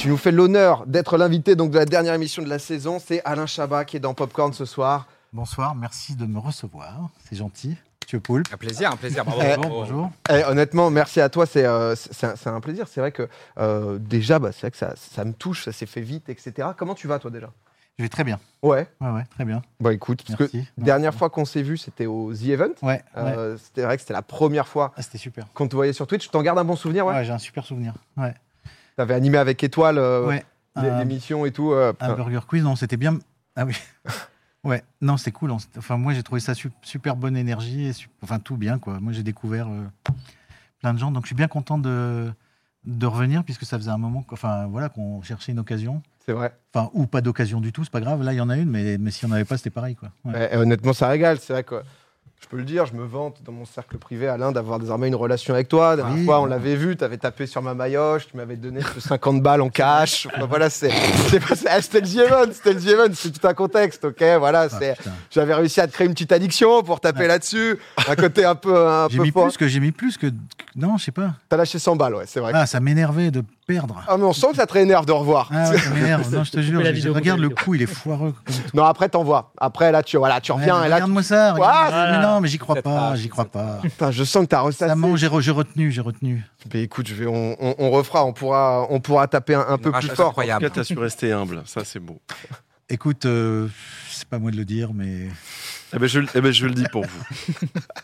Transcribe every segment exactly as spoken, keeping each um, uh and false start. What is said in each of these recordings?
tu nous fais l'honneur d'être l'invité donc, de la dernière émission de la saison. C'est Alain Chabat qui est dans Popcorn ce soir. Bonsoir, merci de me recevoir. C'est gentil. Monsieur Poulpe. Un plaisir, un plaisir. Bravo. Eh, Bonjour. bonjour. Eh, honnêtement, merci à toi. C'est, euh, c'est, un, c'est un plaisir. C'est vrai que euh, déjà, bah, c'est vrai que ça, ça me touche, ça s'est fait vite, et cetera. Comment tu vas, toi, déjà ? Je vais très bien. Ouais. Ouais, ouais, très bien. Bah écoute, parce Merci. que Non, dernière non. fois qu'on s'est vu, c'était au The Event. Ouais, Euh, ouais. C'était vrai que c'était la première fois Ah, c'était super. qu'on te voyait sur Twitch. Tu t'en gardes un bon souvenir, ouais, Ouais, j'ai un super souvenir. Ouais. T'avais animé avec Étoile euh, ouais. l'é- Un, l'émission et tout. euh, un burger quiz, non, c'était bien. Ah oui. Ouais, non, c'était cool. Enfin, moi, j'ai trouvé ça su- super bonne énergie. Et su- Enfin, tout bien, quoi. Moi, j'ai découvert euh, plein de gens. Donc, je suis bien content de, de revenir, puisque ça faisait un moment qu'- enfin, voilà, qu'on cherchait une occasion. c'est vrai. Enfin, ou pas d'occasion du tout, c'est pas grave. Là, il y en a une, mais, mais s'il n'y en avait pas, c'était pareil, quoi. Ouais. Et, et honnêtement, ça régale. C'est vrai que je peux le dire, je me vante dans mon cercle privé, Alain, d'avoir désormais une relation avec toi. La dernière Oui, fois, on ouais. l'avait vu, tu avais tapé sur ma maillotche, tu m'avais donné cinquante balles en cash. Enfin, voilà, c'est, c'est pas, c'est- c'était le The Event, c'était le The Event, c'est tout un contexte, ok. Voilà, Ah, c'est, putain. j'avais réussi à te créer une petite addiction pour taper Ouais. là-dessus. Un côté un peu, un J'ai peu mis fort. plus que j'ai mis plus que non, je sais pas. T'as lâché cent balles, ouais, c'est vrai. Ah, ça m'énervait de perdre. Ah, mais on sent que ça te réénerve de revoir. Ah ouais, ça m'énerve. Non, je te jure. la je- vidéo, regarde coupez le la coup, il est foireux. Comme tout. Non, après, t'envoies. Après, là, tu, voilà, tu reviens. Ouais, et là, regarde-moi ça. regarde-moi Ah, ça. voilà. Mais non, mais j'y crois Cette pas. rage, J'y crois cette pas. putain, je sens que t'as ressassé. Ça mange, j'ai re- j'ai retenu, j'ai retenu. Mais écoute, je vais, on, on, on refera, on pourra, on pourra taper un, un peu rage plus fort. En tout incroyable. cas, t'as su rester humble, ça c'est beau. Écoute, euh, c'est pas moi de le dire, mais Eh ben, je, eh ben, je le dis pour vous.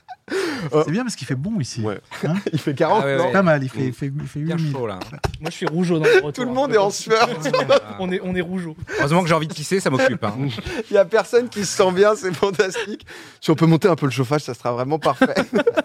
c'est bien parce qu'il fait bon ici. Ouais. Il fait quarante, Ah ouais, non ouais. Pas mal, il fait, il fait, il fait Bien huit mille. chaud là. Moi, je suis rougeau dans le retour. Tout le monde est en sueur. On est, on est rougeau. Heureusement que j'ai envie de pisser, ça m'occupe. Hein. Il y a personne qui se sent bien, c'est fantastique. Si on peut monter un peu le chauffage, ça sera vraiment parfait.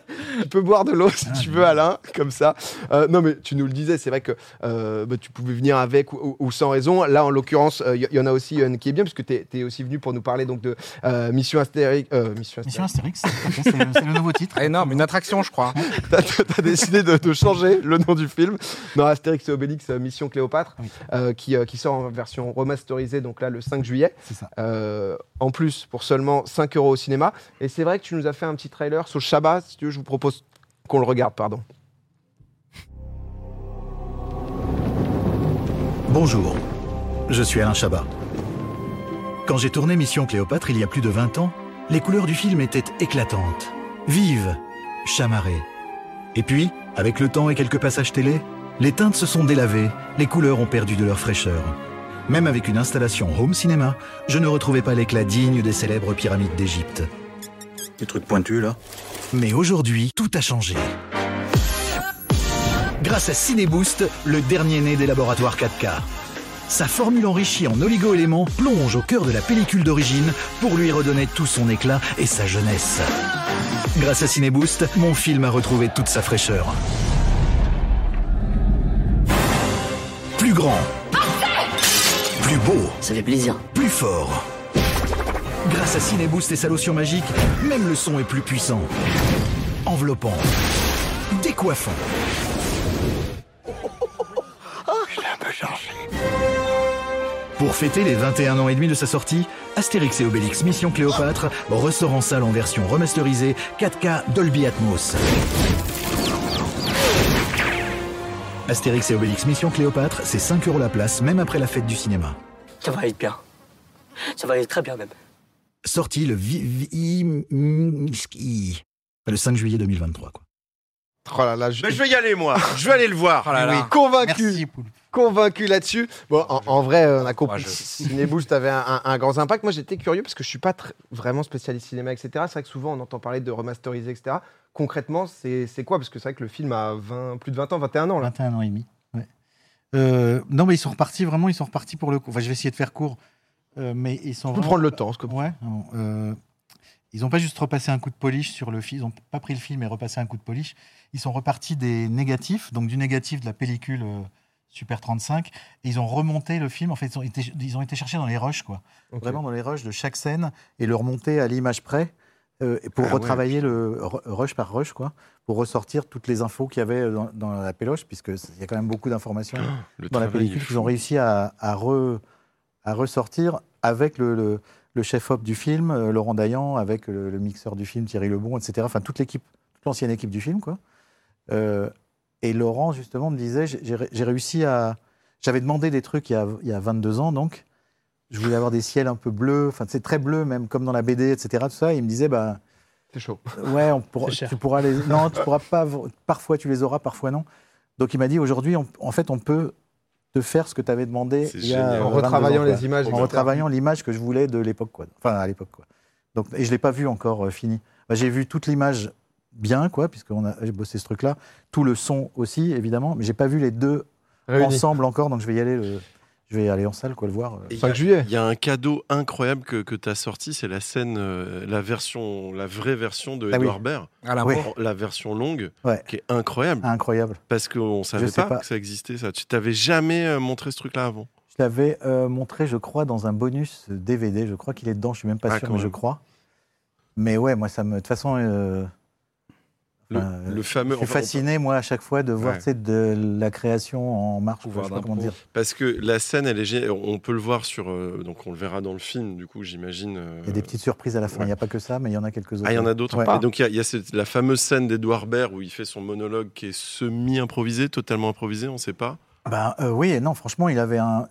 Tu peux boire de l'eau si Ah, tu bien. veux, Alain, comme ça. Euh, non, mais tu nous le disais, c'est vrai que euh, bah, tu pouvais venir avec ou, ou- ou sans raison. Là, en l'occurrence, il y, y en a aussi une qui est bien, parce que tu es aussi venu pour nous parler donc, de euh, Mission Astérix. Euh, Mission Mission Astérix. Astérix, c'est le, c'est le nouveau titre. Ah, énorme, une attraction, je crois. T'as as décidé de, de changer le nom du film. Non, Astérix et Obélix, euh, Mission Cléopâtre, Oui. euh, qui, euh, qui sort en version remasterisée, donc là, le cinq juillet. C'est ça. Euh, en plus, pour seulement cinq euros au cinéma. Et c'est vrai que tu nous as fait un petit trailer sur Chabat. Si tu veux, je vous propose qu'on le regarde, pardon. Bonjour, je suis Alain Chabat. Quand j'ai tourné Mission Cléopâtre il y a plus de vingt ans, les couleurs du film étaient éclatantes, vives, chamarrées. Et puis, avec le temps et quelques passages télé, les teintes se sont délavées, les couleurs ont perdu de leur fraîcheur. Même avec une installation home cinéma, je ne retrouvais pas l'éclat digne des célèbres pyramides d'Égypte. Des trucs pointus, là. Mais aujourd'hui, tout a changé. Grâce à CinéBoost, le dernier né des laboratoires quatre K. Sa formule enrichie en oligo-éléments plonge au cœur de la pellicule d'origine pour lui redonner tout son éclat et sa jeunesse. Grâce à CinéBoost, mon film a retrouvé toute sa fraîcheur. Plus grand. Plus beau. Ça fait plaisir. Plus fort. Grâce à CinéBoost et sa lotion magique, même le son est plus puissant. Enveloppant. Décoiffant. Pour fêter les vingt et un ans et demi de sa sortie, Astérix et Obélix Mission Cléopâtre ressort en salle en version remasterisée quatre K Dolby Atmos. Astérix et Obélix Mission Cléopâtre, c'est cinq euros la place, même après la fête du cinéma. Ça va aller bien. Ça va aller très bien même. Sorti le vi- vi- mi- le cinq juillet deux mille vingt-trois. Quoi. Oh là là, je... Mais je vais y aller, moi. Je vais aller le voir. Oh là là. Oui, convaincu. Merci, Poulpe. Convaincu là-dessus. Bon, en, en vrai, on a compris Courageux. que CinéBoost avait un, un, un grand impact. Moi, j'étais curieux parce que je suis pas tr- vraiment spécialiste cinéma, et cetera. C'est vrai que souvent, on entend parler de remasteriser, et cetera. Concrètement, c'est c'est quoi ? Parce que c'est vrai que le film a vingt, plus de vingt ans, vingt et un ans. Là. vingt et un ans et demi. Ouais. Euh, non, mais ils sont repartis, vraiment, ils sont repartis pour le coup. Enfin, je vais essayer de faire court. Euh, mais ils sont On peut vraiment- prendre le temps. ce que- Ouais. non, euh, ils n'ont pas juste repassé un coup de polish sur le film, ils n'ont pas pris le film et repassé un coup de polish. Ils sont repartis des négatifs, donc du négatif de la pellicule euh, Super trente-cinq, et ils ont remonté le film. En fait, ils ont été, ils ont été chercher dans les rushs, quoi. Ok. Vraiment dans les rushs de chaque scène et le remonter à l'image près euh, pour Ah ouais, retravailler le r- rush par rush, quoi, pour ressortir toutes les infos qu'il y avait dans, dans la péloche, puisque il y a quand même beaucoup d'informations Le dans la travail est pellicule fou. qu'ils ont réussi à, à, re- à ressortir avec le, le, le chef-op du film, euh, Laurent Dayan, avec le, le mixeur du film, Thierry Lebon, et cetera. Enfin, toute l'équipe, toute l'ancienne équipe du film, quoi. Euh, et Laurent, justement, me disait, j'ai, j'ai ré- j'ai réussi à... J'avais demandé des trucs il y a, il y a vingt-deux ans, donc. Je voulais avoir des ciels un peu bleus, enfin, c'est très bleu, même comme dans la B D, et cetera. Tout ça. Et il me disait, bah. C'est chaud. Ouais, on pourra, C'est cher. tu pourras les. Non, tu pourras pas. Parfois, tu les auras, parfois non. Donc, il m'a dit, aujourd'hui, on- en fait, on peut te faire ce que tu avais demandé C'est il y a. génial. euh, En vingt-deux retravaillant ans, quoi. les images. En et cetera. retravaillant l'image que je voulais de l'époque, quoi. Enfin, à l'époque, quoi. Donc, et je ne l'ai pas vu encore euh, fini. Bah, j'ai vu toute l'image bien, quoi, puisqu'on a j'ai bossé ce truc-là. Tout le son aussi, évidemment, mais j'ai pas vu les deux Réunis. ensemble encore, donc je vais y aller. Le... Je vais aller en salle, quoi, le voir. euh. Et il y cinq a- juillet. Il y a un cadeau incroyable que, que tu as sorti, c'est la scène, euh, la version, la vraie version de Ah oui. Edouard Baird, À la Oui. mort. la version longue, Ouais. qui est incroyable, Ah, incroyable. parce qu'on savait Je sais pas, pas. que ça existait. Ça. Tu t'avais jamais euh, montré ce truc-là avant. Je l'avais euh, montré, je crois, dans un bonus D V D. Je crois qu'il est dedans, je suis même pas Ah, sûr, quand mais je même. crois. Mais ouais, moi, ça me. De toute façon, euh, Le, enfin, le je fameux. suis enfin, fasciné, moi, à chaque fois, de voir Ouais. tu sais, de la création en marche. quoi, Pouvoir je sais pas comment d'impro. dire. Parce que la scène, elle est gé- on peut le voir sur, euh, donc on le verra dans le film. Du coup, j'imagine. euh, Il y a des petites surprises à la fin. Il ouais. n'y a pas que ça, mais il y en a quelques-autres. Ah, il y en a d'autres. Ouais. Et donc, il y a, il y a cette- la fameuse scène d'Edouard Baird où il fait son monologue qui est semi-improvisé, totalement improvisé, on ne sait pas. Ben, euh, oui et non, franchement, il avait un-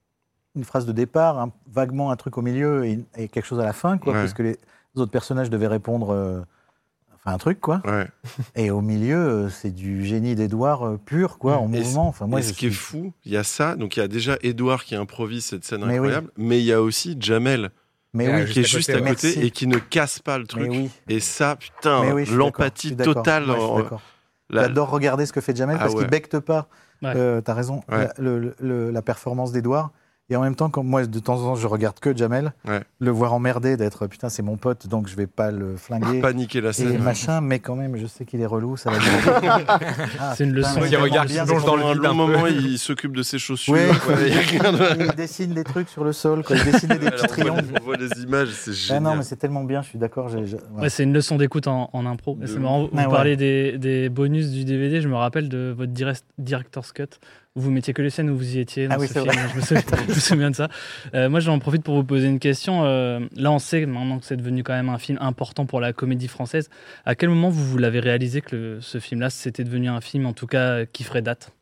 une phrase de départ, un- vaguement un truc au milieu et, et quelque chose à la fin, quoi, Ouais. parce que les autres personnages devaient répondre. euh, Enfin, un truc, quoi. Ouais. Et au milieu, euh, c'est du génie d'Edouard euh, pur, quoi, en Et mouvement. Enfin, moi, et je ce qui est suis- fou, il y a ça. Donc, il y a déjà Edouard qui improvise cette scène Mais oui. incroyable, mais il y a aussi Jamel Mais Et, oui, euh, qui est Juste à juste côté, à ouais. côté Merci. et qui ne casse pas le mais truc. oui. Et ça, putain, Mais oui, je suis d'accord, je l'empathie suis d'accord. totale. Ouais, je suis en- d'accord. la- J'adore regarder ce que fait Jamel Ah parce ouais. qu'il becte pas. Ouais. Euh, T'as raison. Ouais. La, le- le- la performance d'Edouard. Et en même temps, quand moi, de temps en temps, je regarde que Jamel, Ouais. le voir emmerdé d'être putain, c'est mon pote, donc je vais pas le flinguer. paniquer la Et scène. machin, mais quand même, je sais qu'il est relou, ça va dire. Ah, C'est une putain, leçon. mais Il tellement regarde, bien, il c'est plonge dans le Pendant un vide long un peu. moment, il s'occupe de ses chaussures. Ouais. quoi. Il y a rien de- Il dessine des trucs sur le sol, quoi. Il dessine des Alors, petits on, voit, triangles. on voit les images, c'est Ah génial. non, mais c'est tellement bien, je suis d'accord. j'ai- j'ai- ouais. Ouais, c'est une leçon d'écoute en, en impro. Et De c'est ouf. marrant, vous Ah ouais. parlez des, des bonus du D V D, je me rappelle de votre direct- director's cut, où vous mettiez que les scènes où vous y étiez dans Ah oui, ce c'est film. Je me souviens, je me souviens de ça. Euh, moi, j'en profite pour vous poser une question. Euh, là, on sait maintenant que c'est devenu quand même un film important pour la comédie française. À quel moment vous, vous l'avez réalisé que le- ce film-là, c'était devenu un film, en tout cas, qui ferait date?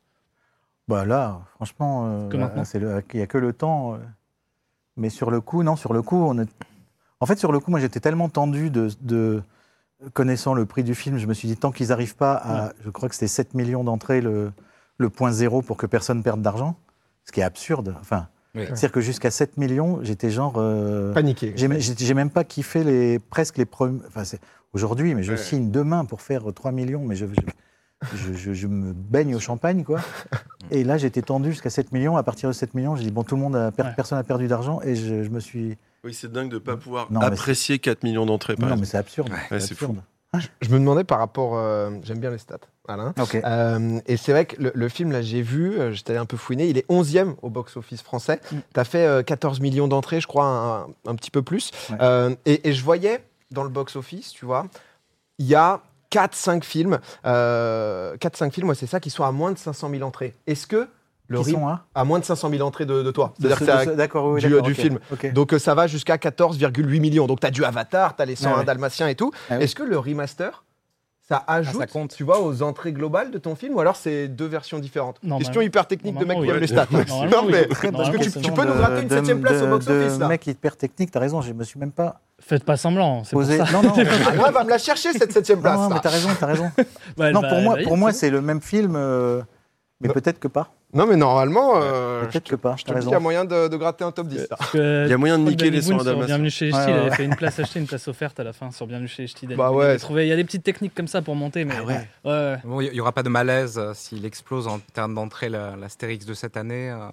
Bah là, franchement, euh, Que maintenant. c'est le- il n'y a que le temps. euh. Mais sur le coup, non, sur le coup, on est... En fait, sur le coup, moi, j'étais tellement tendu de, de... Connaissant le prix du film, je me suis dit, tant qu'ils n'arrivent pas à... Je crois que c'était sept millions d'entrées, le... le point zéro, pour que personne perde d'argent. Ce qui est absurde. Enfin, Oui. c'est-à-dire que jusqu'à sept millions, j'étais genre... euh, Paniqué. J'ai j'ai- j'ai même pas kiffé les, presque les premiers... Enfin, c'est aujourd'hui, mais je Ouais. signe demain pour faire trois millions, mais je, je, je, je- je me baigne au champagne, quoi. Et là, j'étais tendu jusqu'à sept millions. À partir de sept millions, j'ai dit, bon, tout le monde a, per- Ouais. personne n'a perdu d'argent. Et je, je me suis... Oui, c'est dingue de ne pas pouvoir Non, mais apprécier quatre millions d'entrées. par Non, mais exemple. c'est absurde. Ouais, c'est absurde. Je me demandais par rapport. euh, J'aime bien les stats, Alain. Ok. Euh, et c'est vrai que le, le film, là, j'ai vu, euh, j'étais allé un peu fouiner, il est onzième au box-office français. Mm. Tu as fait euh, quatorze millions d'entrées, je crois, un, un petit peu plus. Ouais. Euh, et, et je voyais dans le box-office, tu vois, il y a quatre cinq films, euh, quatre cinq films, ouais, c'est ça, qui sont à moins de cinq cent mille entrées. Est-ce que le Qui rythme sont, hein à moins de cinq cent mille entrées de, de toi De C'est-à-dire ce- que c'est de à- ce- D'accord, oui, du- d'accord, du ok, film. ok. donc euh, ça va jusqu'à quatorze virgule huit millions. Donc tu as du Avatar, tu as les cent un Ah ouais. Dalmatiens et tout. Ah oui. Est-ce que le remaster, ça ajoute, ça compte. tu vois, aux entrées globales de ton film, ou alors c'est deux versions différentes? Normalement. Question hyper technique de mec Normalement, qui aime oui. les stats. Normalement, Non, oui. mais Très bonne parce que tu, question tu peux nous de- gratter une de- septième place de- au box-office de là. mec hyper technique, t'as raison, je me suis même pas Faites pas semblant, c'est pour posé. ça. Non, non, Ah, moi, va me la chercher cette septième place. non, non, là. mais t'as raison, t'as raison. Bah, elle non, va- pour elle moi, va y pour être, moi, c'est c'est le même film, euh, mais Non. peut-être que pas. Non, mais normalement, euh, je Peut-être te, que pas. je te T'as dis, raison. il y a moyen de, de gratter un top dix. là. Parce que Il y a moyen de Paul niquer les Danny cent Boone un sur Dalmatiens. Bienvenue chez les Ouais, Ch'tis, il ouais, avait ouais. fait une place achetée, une place offerte à la fin sur Bienvenue chez les Ch'tis. Danny Bah Boone. ouais. Il a trouvé- il y a des petites techniques comme ça pour monter, mais Ah ouais. ouais, ouais. Bon, il n'y aura pas de malaise euh, s'il explose en termes d'entrée la- l'Astérix de cette année. euh,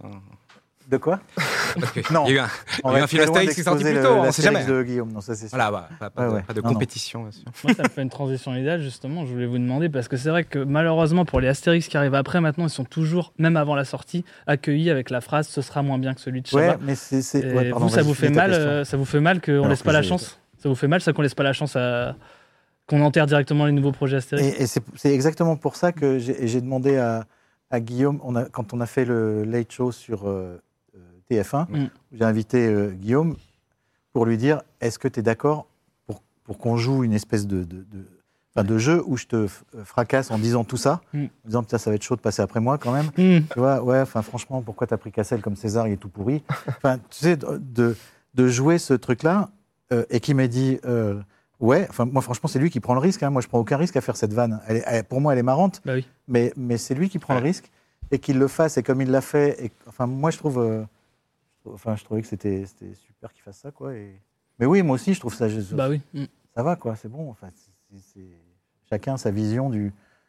De quoi parce que Non. Il y a eu un, On il y a eu va un film être très loin Astérix qui est sorti d'exposer plus le- tôt, on sait l'Astérix jamais. de Guillaume, non, ça c'est sûr. Voilà, bah, pas, pas Ouais, de, ouais. pas de Non, non. compétition, bien sûr. Moi, ça me fait une transition idéale, justement. Je voulais vous demander, parce que c'est vrai que malheureusement, pour les Astérix qui arrivent après, maintenant, ils sont toujours, même avant la sortie, accueillis avec la phrase « ce sera moins bien que celui de Ouais, Chabat mais c'est. c'est- Et ouais, pardon, vous, ça vas-y, vous fait finis ta mal, question. euh, ça vous fait mal qu'on Alors laisse que pas la j'ai- chance Ça vous fait mal, ça qu'on laisse pas la chance à qu'on enterre directement les nouveaux projets Astérix Et, et c'est c'est exactement pour ça que j'ai j'ai demandé à, à Guillaume, on a, quand on a fait le Late Show sur euh, euh, T F un, Mm. j'ai invité euh, Guillaume pour lui dire est-ce que tu es d'accord pour, pour qu'on joue une espèce de, de, de enfin, de jeu où je te f- fracasse en disant tout ça, Mm. en disant putain, ça va être chaud de passer après moi quand même. Hmm. Tu vois, ouais, enfin, franchement, pourquoi t'as pris Cassel comme César, il est tout pourri. Enfin, tu sais, de, de, de jouer ce truc-là euh, et qui m'a dit, euh, ouais, enfin, moi, franchement, c'est lui qui prend le risque. Hein. Moi, je prends aucun risque à faire cette vanne. Elle est- elle- pour moi, elle est marrante, Bah oui. mais, mais c'est lui qui prend Ouais. le risque et qu'il le fasse. Et comme il l'a fait, et, enfin, moi, je trouve, euh, enfin, je trouvais que c'était, c'était super qu'il fasse ça, quoi. Et... Mais oui, moi aussi, je trouve ça, je- Bah oui. Hmm. ça va, quoi. C'est bon. Enfin, c'est, c'est- c'est- chacun sa vision du.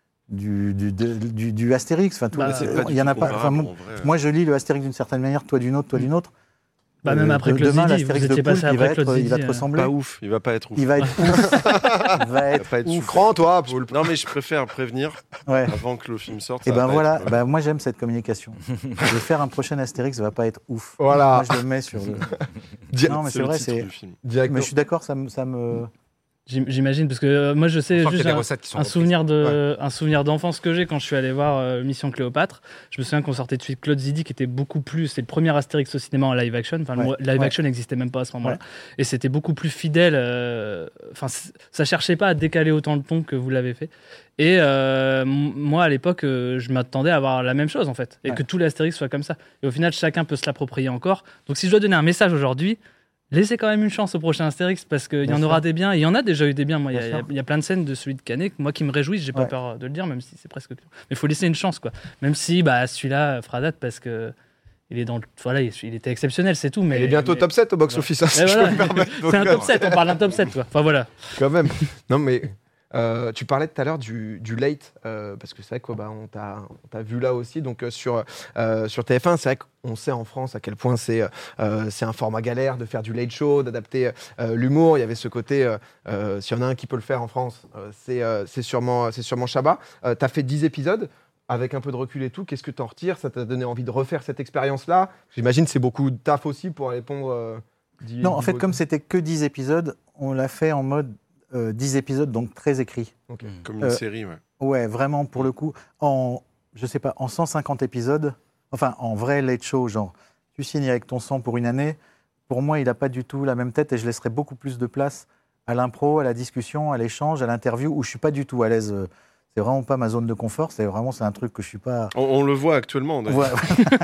Du, du, de- du, du Astérix. Enfin, tout- Bah, C'est pas il du y en tout a pas. Enfin, comparable, moi, en vrai. moi, je lis le Astérix d'une certaine manière, toi d'une autre, toi d'une autre. Bah, même Euh, après de- Claude demain, Zidi, l'Astérix vous de étiez passé Poulpe, il va après être, Claude il va Zidi, te euh. ressembler. Pas ouf, il va pas être ouf. Il va être ouf. Il va Il va être pas être ouf. super. Prends, toi, Poulpe. Non, mais je préfère prévenir Ouais. avant que le film sorte. Et ça va ben pas voilà, être- ben moi j'aime cette communication. Je vais faire un prochain Astérix, ça va pas être ouf. Voilà. Moi je le mets sur le. Di- Non mais c'est le vrai, titre c'est. du film. Directement. Mais je suis d'accord, ça me, ça me. J'im- J'imagine, parce que euh, moi je sais On sent qu'il y a juste des un, recettes qui sont un reprises. souvenir de, un souvenir d'enfance que j'ai quand je suis allé voir euh, Mission Cléopâtre. Je me souviens qu'on sortait de suite Claude Zidi qui était beaucoup plus, c'est le premier Astérix au cinéma en live action. Enfin, Ouais, le live ouais. action n'existait même pas à ce moment-là, et c'était beaucoup plus fidèle. euh, Enfin, c- ça cherchait pas à décaler autant le ton que vous l'avez fait. Et euh, m- moi à l'époque, euh, je m'attendais à avoir la même chose en fait, et Ouais. que tous les Astérix soient comme ça. Et au final, chacun peut se l'approprier encore. Donc si je dois donner un message aujourd'hui. Laissez quand même une chance au prochain Astérix parce qu'il y Bien en sûr. aura des biens. Il y en a déjà eu des biens. Moi, il y, a- Bien il y a- sûr. il y a plein de scènes de celui de Canet, moi qui me réjouissent. J'ai pas Ouais. peur de le dire, même si c'est presque. Mais il faut laisser une chance, quoi. Même si, bah, celui-là fera date parce que il est dans. Le... Voilà, il il était exceptionnel, c'est tout. Mais Il est bientôt mais- top sept au box-office, hein, si Mais je voilà. peux me permettre. Donc, C'est un euh, top sept. On parle d'un top sept, quoi. Enfin voilà. Quand même. Non, mais euh, tu parlais tout à l'heure du, du late, euh, parce que c'est vrai qu'on bah, on t'a on t'a vu là aussi. Donc, euh, sur, euh, sur T F un, c'est vrai qu'on sait en France à quel point c'est euh, c'est un format galère de faire du late show, d'adapter euh, l'humour. Il y avait ce côté, euh, euh, s'il y en a un qui peut le faire en France, euh, c'est euh, c'est sûrement, c'est sûrement Chabat. Euh, tu as fait dix épisodes. Avec un peu de recul et tout, qu'est-ce que tu en retires? Ça t'a donné envie de refaire cette expérience-là? J'imagine que c'est beaucoup de taf aussi pour répondre. euh, dix- Non, en dix fait, votes. comme c'était que dix épisodes, on l'a fait en mode euh, dix épisodes, donc très écrit. Ok. Comme une Euh, série, ouais. Ouais, vraiment, pour le coup, en, je sais pas, en cent cinquante épisodes, enfin, en vrai late show, genre, tu signes avec ton sang pour une année, pour moi, il n'a pas du tout la même tête et je laisserai beaucoup plus de place à l'impro, à la discussion, à l'échange, à l'interview, où je suis pas du tout à l'aise. C'est vraiment pas ma zone de confort, c'est vraiment, c'est un truc que je suis pas... On, on le voit actuellement. d'ailleurs. Ouais.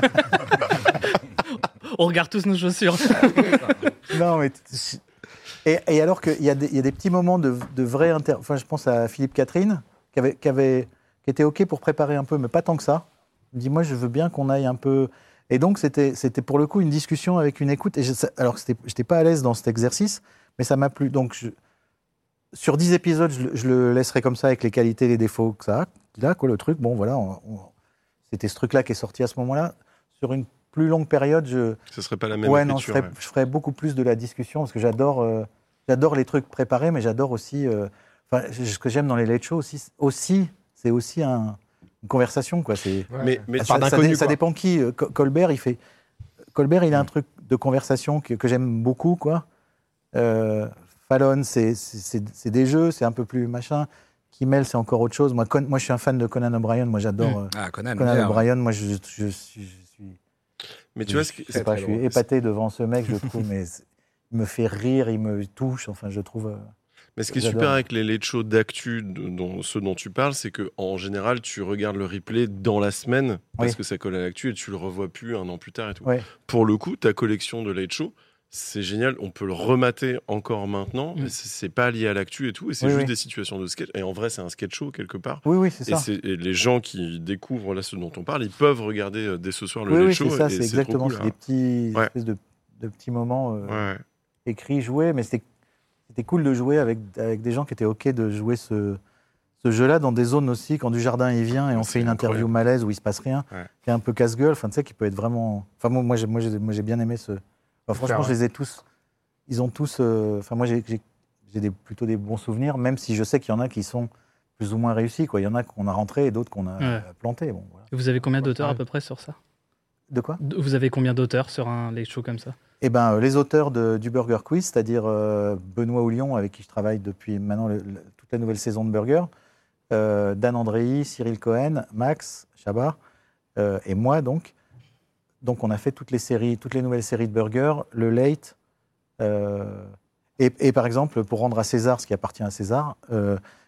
On regarde tous nos chaussures. Non, mais... t- Et, et alors qu'il y, a des- il y a des petits moments de, de vraie inter... Enfin, je pense à Philippe Catherine, qui, avait, qui, avait, qui était OK pour préparer un peu, mais pas tant que ça. Il me dit, moi, je veux bien qu'on aille un peu... Et donc, c'était c'était pour le coup une discussion avec une écoute. Et je, alors, je n'étais pas à l'aise dans cet exercice, mais ça m'a plu. Donc, je, sur dix épisodes, je, le- je le laisserai comme ça, avec les qualités et les défauts que ça a. Qu'il a, quoi, le truc. Bon, voilà, on- on- c'était ce truc-là qui est sorti à ce moment-là. Sur une plus longue période, je... Ce serait pas la même Ouais, non, je écriture. ferais, ouais. je ferais beaucoup plus de la discussion parce que j'adore, euh, j'adore les trucs préparés, mais j'adore aussi. euh, enfin, ce que j'aime dans les late shows aussi, aussi c'est aussi un- une conversation, quoi. C'est, Ouais. Mais, mais Ça ça, part ça d'inconnu, dé- ça quoi. dépend qui. euh, Co- Colbert, il fait. Colbert, il a un truc de conversation que, que j'aime beaucoup, quoi. Euh, Fallon, c'est, c'est, c'est- c'est des jeux, c'est un peu plus machin. Kimmel, c'est encore autre chose. Moi, Con- moi, je suis un fan de Conan O'Brien. Moi, j'adore Mm. euh, Ah, Conan. Conan bien. O'Brien. Moi, je, je, je suis. je suis mais tu je, vois, ce qui- je sais pas, je suis épaté devant ce mec, je trouve, mais c'est- il me fait rire, il me touche, enfin, je trouve... euh, Mais ce qui est J'adore. super avec les late shows d'actu, de- dont, ceux dont tu parles, c'est qu'en général, tu regardes le replay dans la semaine parce Oui. que ça colle à l'actu et tu le revois plus un an plus tard et tout. Ouais. Pour le coup, ta collection de late show, c'est génial. On peut le remater encore maintenant. Mm. et c'est c'est pas lié à l'actu et tout. Et c'est Oui, juste oui. des situations de sketch. Et en vrai, c'est un sketch show quelque part. Oui, oui, c'est Et, ça. c'est- et les gens qui découvrent là ce dont on parle, ils peuvent regarder euh, dès ce soir le Oui, late oui, show. c'est ça, et c'est trop exactement, cool, c'est hein. des petits, Ouais. espèces de, de petits moments euh, Ouais. écrits, joués, mais c'était c'était cool de jouer avec, avec des gens qui étaient OK de jouer ce, ce jeu-là dans des zones aussi, quand du jardin il vient et on C'est fait une interview incroyable. malaise où il se passe rien, Ouais. qui est un peu casse-gueule, enfin, tu sais, qui peut être vraiment... Enfin, moi, moi, j'ai, moi, j'ai, moi, j'ai bien aimé ce... Enfin, franchement, Faire, je les ai tous... Ils ont tous... euh, Enfin, moi, j'ai, j'ai, j'ai des, plutôt des bons souvenirs, même si je sais qu'il y en a qui sont plus ou moins réussis, quoi. Il y en a qu'on a rentrés et d'autres qu'on a Ouais. plantés. Bon, voilà. Vous avez combien d'auteurs à pareil. peu près sur ça? De quoi? Vous avez combien d'auteurs sur un late show comme ça? Eh ben, euh, les auteurs de- du Burger Quiz, c'est-à-dire euh, Benoît Oulion, avec qui je travaille depuis maintenant le- le- toute la nouvelle saison de Burger, euh, Dan Andrei, Cyril Cohen, Max, Chabat, euh, et moi donc. Donc on a fait toutes les séries, toutes les nouvelles séries de Burger, le Late, euh, et, et par exemple, pour rendre à César ce qui appartient à César, euh,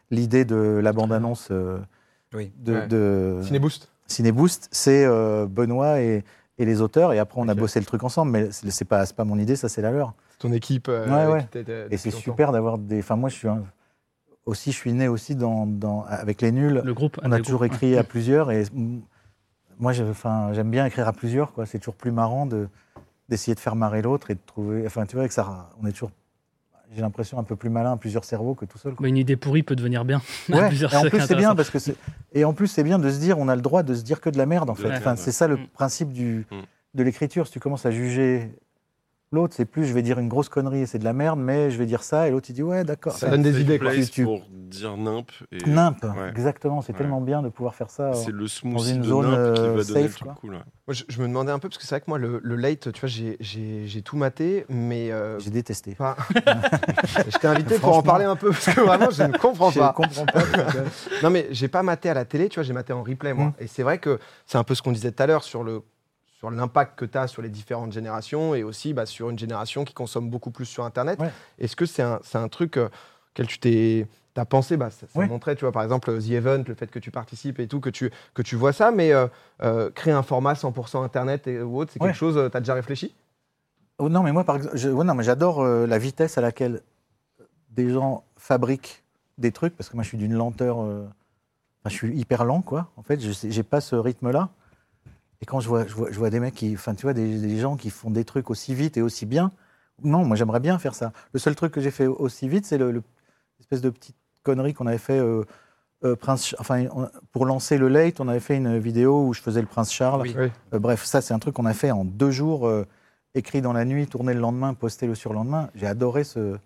l'idée de la bande-annonce euh, Oui. de, Ouais. de Cinéboost. Cinéboost, c'est euh, Benoît et, et les auteurs, et après on a Ok. bossé le truc ensemble, mais c'est c'est pas, c'est pas mon idée, ça c'est la leur. Ton équipe. euh, Ouais, avec ouais. qui t'étais Et depuis c'est longtemps. super d'avoir des... Enfin moi je suis un- aussi, je suis né aussi dans, dans... avec les nuls. Le groupe. On a le toujours groupe, écrit ouais. à plusieurs, et mm, moi je- enfin, j'aime bien écrire à plusieurs, quoi. C'est toujours plus marrant de d'essayer de faire marrer l'autre et de trouver... Enfin tu vois, que ça, on est toujours... J'ai l'impression un peu plus malin à plusieurs cerveaux que tout seul, quoi. Mais une idée pourrie peut devenir bien. À Ouais, plusieurs et en cercles plus c'est bien intéressants. parce que c'est et en plus c'est bien de se dire on a le droit de se dire que de la merde en De fait. la Enfin, merde, c'est ça le Mm. principe du Mm. de l'écriture. Si tu commences à juger l'autre, c'est plus je vais dire une grosse connerie et c'est de la merde, mais je vais dire ça et l'autre il dit ouais d'accord. Ça donne des Safe idées, quoi. place Tu- tu- pour dire nimp. Et... Nimp, Ouais. exactement. C'est Ouais. tellement bien de pouvoir faire ça. C'est euh, le smoothie une de zone, nimp qui euh, va donner safe, le truc quoi. cool. Ouais. Moi, je, je me demandais un peu, parce que c'est vrai que moi, le, le late, tu vois, j'ai- j'ai j'ai tout maté, mais. euh, J'ai détesté. pas- je t'ai invité pour en Franchement. parler un peu, parce que vraiment, je ne comprends Je pas. comprends pas. Non, mais j'ai pas maté à la télé, tu vois, j'ai maté en replay, moi. Mm. Et c'est vrai que c'est un peu ce qu'on disait tout à l'heure sur le sur l'impact que tu as sur les différentes générations et aussi bah, sur une génération qui consomme beaucoup plus sur Internet. Ouais. Est-ce que c'est un, c'est un truc euh, auquel tu t'es as pensé bah, Ça, ça Ouais. montrait, tu vois, par exemple, The Event, le fait que tu participes et tout, que tu, que tu vois ça, mais euh, euh, créer un format cent pour cent Internet et, ou autre, c'est Ouais. quelque chose, tu as déjà réfléchi? Oh, non, mais moi, par exemple, je- ouais, non, mais j'adore euh, la vitesse à laquelle des gens fabriquent des trucs, parce que moi, je suis d'une lenteur. euh, enfin, je suis hyper lent, quoi. En fait, je sais- j'ai pas ce rythme-là. Et quand je vois, je vois, je vois des mecs qui, enfin, tu vois, des, des gens qui font des trucs aussi vite et aussi bien. Non, moi, j'aimerais bien faire ça. Le seul truc que j'ai fait aussi vite, c'est le, le- l'espèce de petite connerie qu'on avait fait. euh, euh, Prince, Ch- enfin, on- pour lancer le late, on avait fait une vidéo où je faisais le Prince Charles. Oui. Oui. Euh, bref, ça, c'est un truc qu'on a fait en deux jours, euh, écrit dans la nuit, tourné le lendemain, posté le surlendemain. J'ai adoré ce,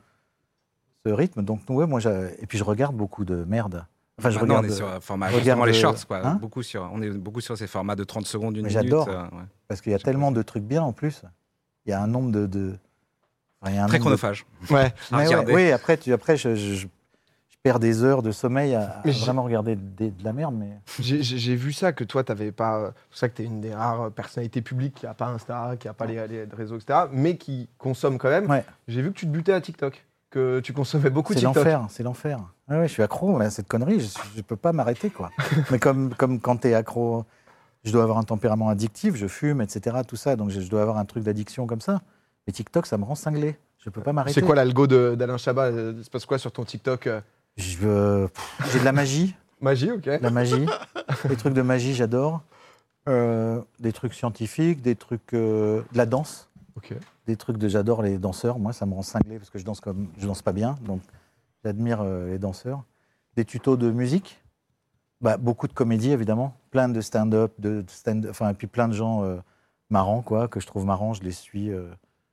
ce rythme. Donc, ouais, moi, j'ai- et puis je regarde beaucoup de merde. Enfin, je Maintenant, regarde, on est sur un format, regarde, justement les euh, shorts, quoi. hein beaucoup sur, on est beaucoup sur ces formats de trente secondes, une Mais minute. j'adore. euh, ouais. parce qu'il y a j'ai tellement de trucs bien en plus. Il y a un nombre de. de... enfin, il y a un Très nombre de- chronophage. Ouais. à Mais ouais, regarder. oui, après, tu, après je, je- je perds des heures de sommeil à, à Mais j'ai- vraiment regarder des- de la merde. Mais... J'ai- J'ai j'ai vu ça, que toi, tu n'avais pas. euh, C'est pour ça que tu es une des rares personnalités publiques qui n'a pas Insta, qui n'a pas les, les réseaux, et cetera, mais qui consomme quand même. Ouais. J'ai vu que tu te butais à TikTok, que tu consommais beaucoup C'est TikTok. l'enfer, c'est l'enfer. Ouais, ouais, je suis accro à cette connerie, je ne peux pas m'arrêter, quoi. Mais comme, comme quand tu es accro, je dois avoir un tempérament addictif, je fume, et cetera, tout ça, donc je, je dois avoir un truc d'addiction comme ça. Mais TikTok, ça me rend cinglé, je ne peux pas m'arrêter. C'est quoi l'algo de- d'Alain Chabat? euh, Il se passe quoi sur ton TikTok? euh Je veux- pff, J'ai de la magie, Magie, ok. la magie, des trucs de magie, j'adore. Euh, des trucs scientifiques, des trucs euh, de la danse, Ok. des trucs de j'adore les danseurs. Moi, ça me rend cinglé parce que je danse comme je danse pas bien, donc j'admire euh, les danseurs. Des tutos de musique, bah, beaucoup de comédie évidemment, plein de stand-up, de de stand, enfin et puis plein de gens euh, marrants quoi, que je trouve marrants. Je les suis, euh,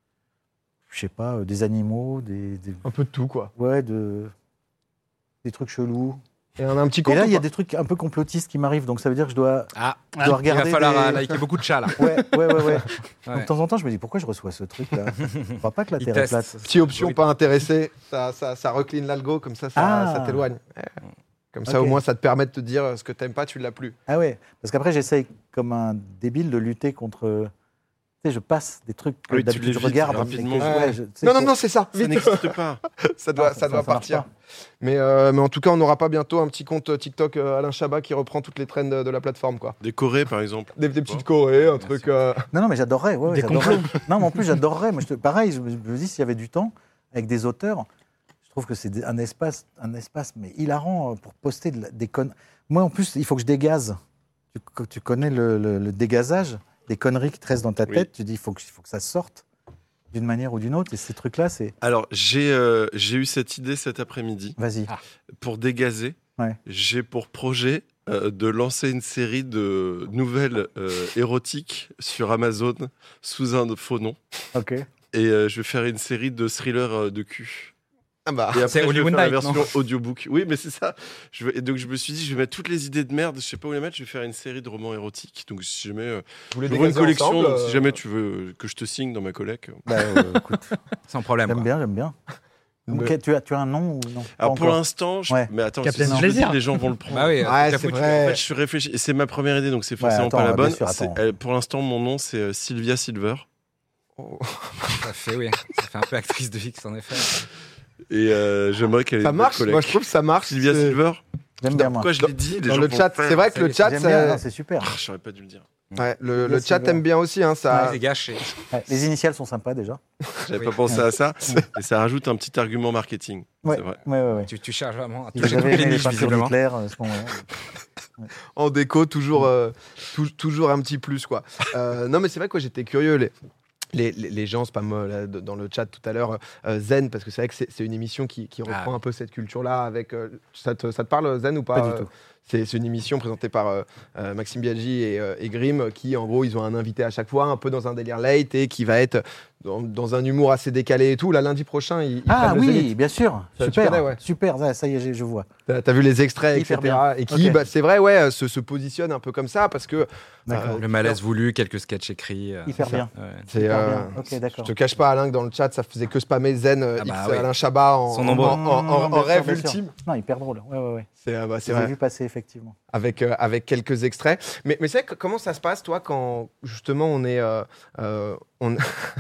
je sais pas, euh, des animaux, des, des- Un peu de tout, quoi. ouais, de des trucs chelous. Et on a un petit Et compte. là, ou il y a pas des trucs un peu complotistes qui m'arrivent, donc ça veut dire que je dois, Ah, je dois il va regarder. falloir des- euh, liker beaucoup de chats, là. Ouais, ouais, ouais, ouais. Ouais. Donc, de temps en temps, je me dis pourquoi je reçois ce truc-là. Je crois pas que la Il Terre est teste. plate. Petite option Oui. pas intéressée, ça, ça, ça recline l'algo, comme ça, ça, Ah. ça t'éloigne. Ouais. Comme ça, Ok. au moins, ça te permet de te dire euh, ce que t'aimes pas, tu l'as plus. Ah ouais, parce qu'après, j'essaye comme un débile de lutter contre. Tu sais, je passe des trucs que Oui, tu d'habitude les je vides regarde. rapidement. mais que je- Ouais. ouais, je- tu sais, Non, non, faut- non, c'est ça. Ça Vite. n'existe pas. ça doit, Non, ça ça- doit ça marche partir. pas. Mais, euh, mais en tout cas, on n'aura pas bientôt un petit compte euh, TikTok euh, Alain Chabat qui reprend toutes les trends de, de la plateforme, quoi. Des Corées, par exemple. Des, des petites chorés, un Merci. truc. euh, Non, non, mais j'adorerais. Ouais, ouais, Des j'adorerais. Non, mais en plus, j'adorerais. Moi, je te- Pareil, je me, je me dis, s'il y avait du temps, avec des auteurs, je trouve que c'est des- un espace, un espace mais hilarant euh, pour poster de la- des connes. Moi, en plus, il faut que je dégaze. Tu, co- tu connais le, le- le dégazage des conneries qui te restent dans ta Oui. tête. Tu dis, il faut que, il faut que ça sorte d'une manière ou d'une autre. Et ces trucs-là, c'est. Alors, j'ai euh, j'ai eu cette idée cet après-midi. Vas-y. Ah. Pour dégazer, Ouais. j'ai pour projet euh, de lancer une série de nouvelles euh, érotiques sur Amazon sous un faux nom. Ok. Et euh, je vais faire une série de thrillers euh, de cul. Ah bah. Et après, C'est je vais Hollywood faire la Night, version audiobook. Oui, mais c'est ça. Je vais- et donc, je me suis dit, je vais mettre toutes les idées de merde. Je sais pas où les mettre. Je vais faire une série de romans érotiques. Donc, si jamais, euh, Vous voulez j'ouvre une dégazer collection. ensemble, donc, euh, si jamais tu veux que je te signe dans ma collègue. Bah, euh, écoute, Sans problème. j'aime quoi. bien, j'aime bien. Mais- Ok, tu, as, tu as un nom ou non? Pas Alors, pour encore. l'instant, je... Ouais. mais attends, Captain si je le Plaisir. dis, les gens vont le prendre. Bah oui, Ouais, t'as c'est foutu. vrai. En fait, je suis réfléchi. Et c'est ma première idée, donc c'est forcément attends, pas la bien bonne. sûr, C'est- attends. euh, pour l'instant, mon nom, c'est euh, Sylvia Silver. Oh. Ça fait, oui. Ça fait un peu actrice de X, en effet. Et euh, j'aimerais qu'elle ait Ça une marche, belle moi collègue. je trouve que ça marche. Sylvia C'est- Silver. J'aime bien, moi. Pourquoi je l'ai dit les Dans gens le vont chat, faire, c'est vrai que ça le y est. chat, J'aime ça- bien, non, c'est super. Ah, j'aurais pas dû le dire. Ouais, le, Sylvia le chat Silver. aime bien aussi, hein, ça. C'est gâché. Ouais, les initiales sont sympas déjà. J'avais Oui. pas pensé à ça. Et ça rajoute un petit argument marketing. Ouais, C'est vrai. ouais, ouais. ouais. Tu, tu cherches vraiment à Si toucher vous toutes avez les aimé les niches, peintures visiblement. d'Hitler, à ce moment-là. En déco, toujours, euh, tou- toujours un petit plus, quoi. Euh, non, mais c'est vrai que j'étais curieux. Les, les, les, les gens spam euh, là, de- dans le chat tout à l'heure, euh, Zen, parce que c'est vrai que c'est c'est une émission qui, qui reprend Ah. un peu cette culture-là. Avec, euh, ça, te, ça te parle, Zen, ou pas? Pas du euh, tout. C'est c'est une émission présentée par euh, euh, Maxime Biaggi et, euh, et Grimm, qui, en gros, ils ont un invité à chaque fois, un peu dans un délire late, et qui va être dans, dans un humour assez décalé et tout. Là, lundi prochain, ils, ils Ah prennent le oui, Zénith. bien sûr. Ça, tu Super, connais, ouais. super. Ça, ça y est, j'ai- je vois. T'as t'as vu les extraits, Hyper et cetera. bien. Et qui, Ok. bah, c'est vrai, ouais, se, se positionne un peu comme ça, parce que D'accord. Euh, Le malaise voulu, quelques sketchs écrits. euh, Hyper c'est ça. bien. ouais. c'est... Hyper euh, bien. Ok, Je d'accord. te cache pas, Alain, que dans le chat, ça faisait que spammer Zen, euh, Ah bah X, oui. Alain Chabat en, Son en, nombre. en- en- en Mmh, bien rêve sûr, bien sûr. ultime. Non, hyper drôle. Ouais, ouais, ouais. C'est euh, bah, c'est J'ai vrai, vu passer, effectivement. avec, euh, avec quelques extraits. Mais, mais c'est vrai que comment ça se passe, toi, quand justement on est. euh, euh, on...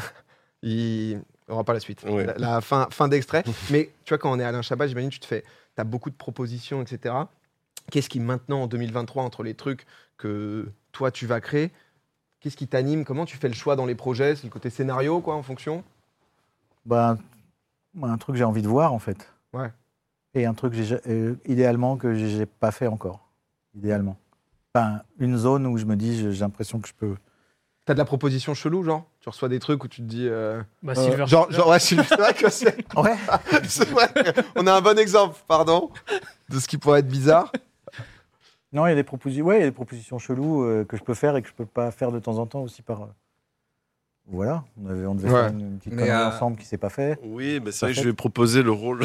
Il... On aura pas la suite. Ouais. La, la fin, fin d'extrait. Mais tu vois, quand on est Alain Chabat, j'imagine, tu te fais. Tu as beaucoup de propositions, et cetera. Qu'est-ce qui, maintenant, en deux mille vingt-trois, entre les trucs que toi, tu vas créer, qu'est-ce qui t'anime? Comment tu fais le choix dans les projets? C'est le côté scénario, quoi, en fonction? Bah, un, un truc que j'ai envie de voir, en fait. Ouais. Et un truc, que j'ai- euh, idéalement, que j'ai j'ai pas fait encore. Idéalement. Enfin, une zone où je me dis, j'ai j'ai l'impression que je peux. T'as de la proposition chelou, genre? Tu reçois des trucs où tu te dis. euh, Bah, Euh, Silver Genre, Surfer. genre, ouais, c'est c'est vrai que c'est. Ouais. C'est vrai qu'on a un bon exemple, pardon, de ce qui pourrait être bizarre. Non, il y a des propositions, ouais, il y a des propositions cheloues euh, que je peux faire et que je peux pas faire de temps en temps aussi par. euh, Voilà, on, avait, on devait Ouais. faire une, une petite Mais, connerie euh, ensemble qui s'est pas fait. Oui, bah, c'est En vrai que fait- je vais proposer le rôle.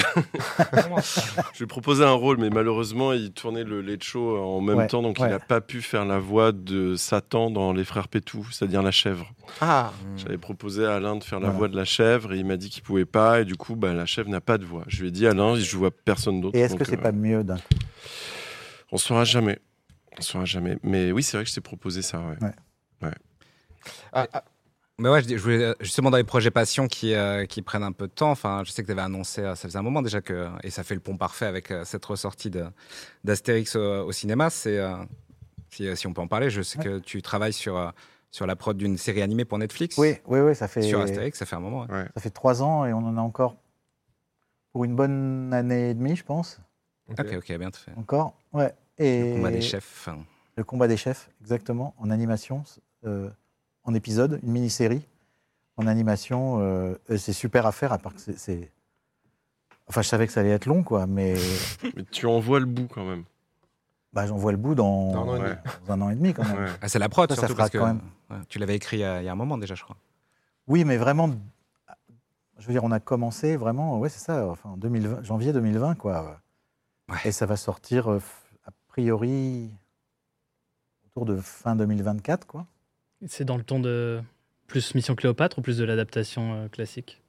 Je vais proposer un rôle, mais malheureusement, il tournait le Late Show en même Ouais, temps, donc ouais. il n'a pas pu faire la voix de Satan dans Les Frères Pétou, c'est-à-dire la chèvre. Ah, J'avais proposé à Alain de faire la Voilà. voix de la chèvre et il m'a dit qu'il pouvait pas, et du coup, bah, la chèvre n'a pas de voix. Je lui ai dit, Alain, je vois personne d'autre. Et est-ce que donc, c'est euh, pas mieux d'un On saura jamais. On saura jamais. Mais oui, c'est vrai que je t'ai proposé ça. Ouais. Ouais. ah, ah, Mais ouais, je, dis- je voulais justement dans les projets passion qui, euh, qui prennent un peu de temps. Enfin, je sais que tu avais annoncé, euh, ça faisait un moment déjà que, et ça fait le pont parfait avec euh, cette ressortie de- d'Astérix au, au cinéma. C'est, euh, si, si on peut en parler, je sais Ouais. que tu travailles sur, euh, sur la prod d'une série animée pour Netflix. Oui, oui, oui, ça fait. Sur Astérix, ça fait un moment. ouais. Ouais. Ça fait trois ans et on en a encore pour une bonne année et demie, je pense. Ok, ok, bien fait. Encore. Ouais. Et Le combat des chefs. enfin, Le combat des chefs, exactement, en animation, euh, en épisode, une mini-série en animation. euh, et c'est super à faire, à part que c'est- c'est. Enfin, je savais que ça allait être long, quoi, mais Mais tu en vois le bout quand même. bah, j'en vois le bout dans, Dans un an et demi. dans un an et demi, quand même. Ouais. Ah, c'est la prod Ça, ça surtout fera parce que quand même- ouais, tu l'avais écrit il y, a, il y a un moment déjà, je crois. Oui, mais vraiment, je veux dire, on a commencé vraiment, ouais, c'est ça, enfin, en deux mille vingt, janvier deux mille vingt, quoi. Ouais. Et ça va sortir, euh, f- a priori, autour de fin deux mille vingt-quatre, quoi. C'est dans le ton de plus Mission Cléopâtre ou plus de l'adaptation euh, classique?